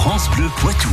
France Bleu Poitou.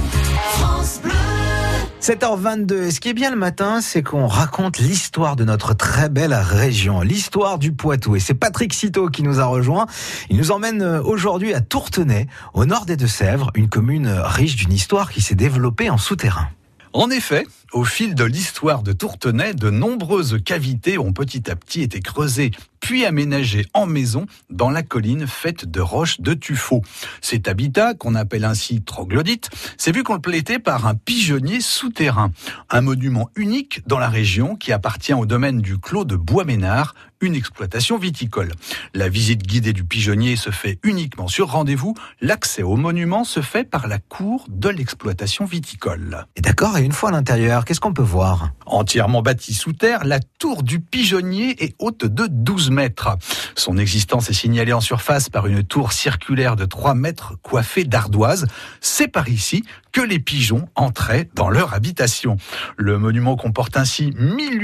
7h22. Et ce qui est bien le matin, c'est qu'on raconte l'histoire de notre très belle région, l'histoire du Poitou. Et c'est Patrick Citeaux qui nous a rejoint. Il nous emmène aujourd'hui à Tourtenay, au nord des Deux-Sèvres, une commune riche d'une histoire qui s'est développée en souterrain. En effet, au fil de l'histoire de Tourtenay, de nombreuses cavités ont petit à petit été creusées puis aménagées en maison dans la colline faite de roches de tuffeau. Cet habitat, qu'on appelle ainsi troglodyte, s'est vu complété par un pigeonnier souterrain, un monument unique dans la région qui appartient au domaine du Clos de Boisménard, une exploitation viticole. La visite guidée du pigeonnier se fait uniquement sur rendez-vous. L'accès au monument se fait par la cour de l'exploitation viticole. Et d'accord, et une fois à l'intérieur, qu'est-ce qu'on peut voir ? Entièrement bâtie sous terre, la tour du pigeonnier est haute de 12 mètres. Son existence est signalée en surface par une tour circulaire de 3 mètres coiffée d'ardoises. C'est par ici que les pigeons entraient dans leur habitation. Le monument comporte ainsi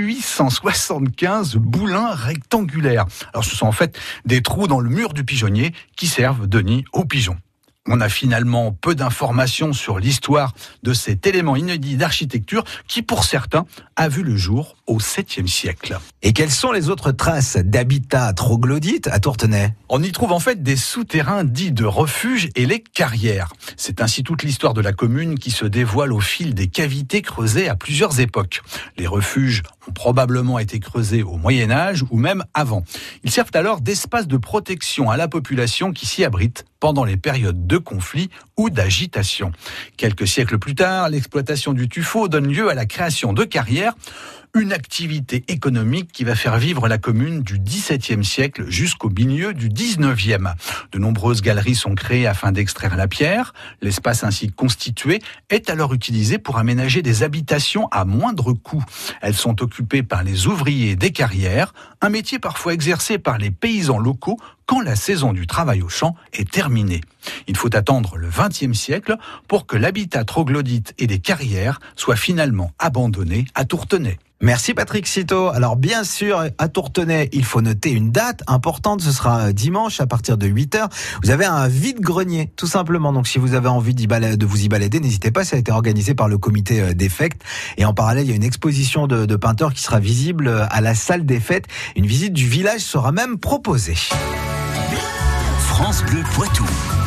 1875 boulins rectangulaires. Alors ce sont en fait des trous dans le mur du pigeonnier qui servent de nid aux pigeons. On a finalement peu d'informations sur l'histoire de cet élément inédit d'architecture qui, pour certains, a vu le jour au 7e siècle. Et quelles sont les autres traces d'habitat troglodyte à Tourtenay ? On y trouve en fait des souterrains dits de refuge et les carrières. C'est ainsi toute l'histoire de la commune qui se dévoile au fil des cavités creusées à plusieurs époques. Les refuges ont probablement été creusés au Moyen-Âge ou même avant. Ils servent alors d'espace de protection à la population qui s'y abrite pendant les périodes de conflit ou d'agitation. Quelques siècles plus tard, l'exploitation du tuffeau donne lieu à la création de carrières, une activité économique qui va faire vivre la commune du XVIIe siècle jusqu'au milieu du XIXe. De nombreuses galeries sont créées afin d'extraire la pierre. L'espace ainsi constitué est alors utilisé pour aménager des habitations à moindre coût. Elles sont occupées par les ouvriers des carrières, un métier parfois exercé par les paysans locaux quand la saison du travail au champ est terminée. Il faut attendre le XXe siècle pour que l'habitat troglodyte et les carrières soient finalement abandonnés à Tourtenay. Merci Patrick Citeaux. Alors bien sûr, à Tourtenay, il faut noter une date importante, ce sera dimanche à partir de 8h. Vous avez un vide-grenier, tout simplement. Donc si vous avez envie de vous y balader, n'hésitez pas, ça a été organisé par le comité des fêtes. Et en parallèle, il y a une exposition de peinteurs qui sera visible à la salle des fêtes. Une visite du village sera même proposée. France Bleu Poitou.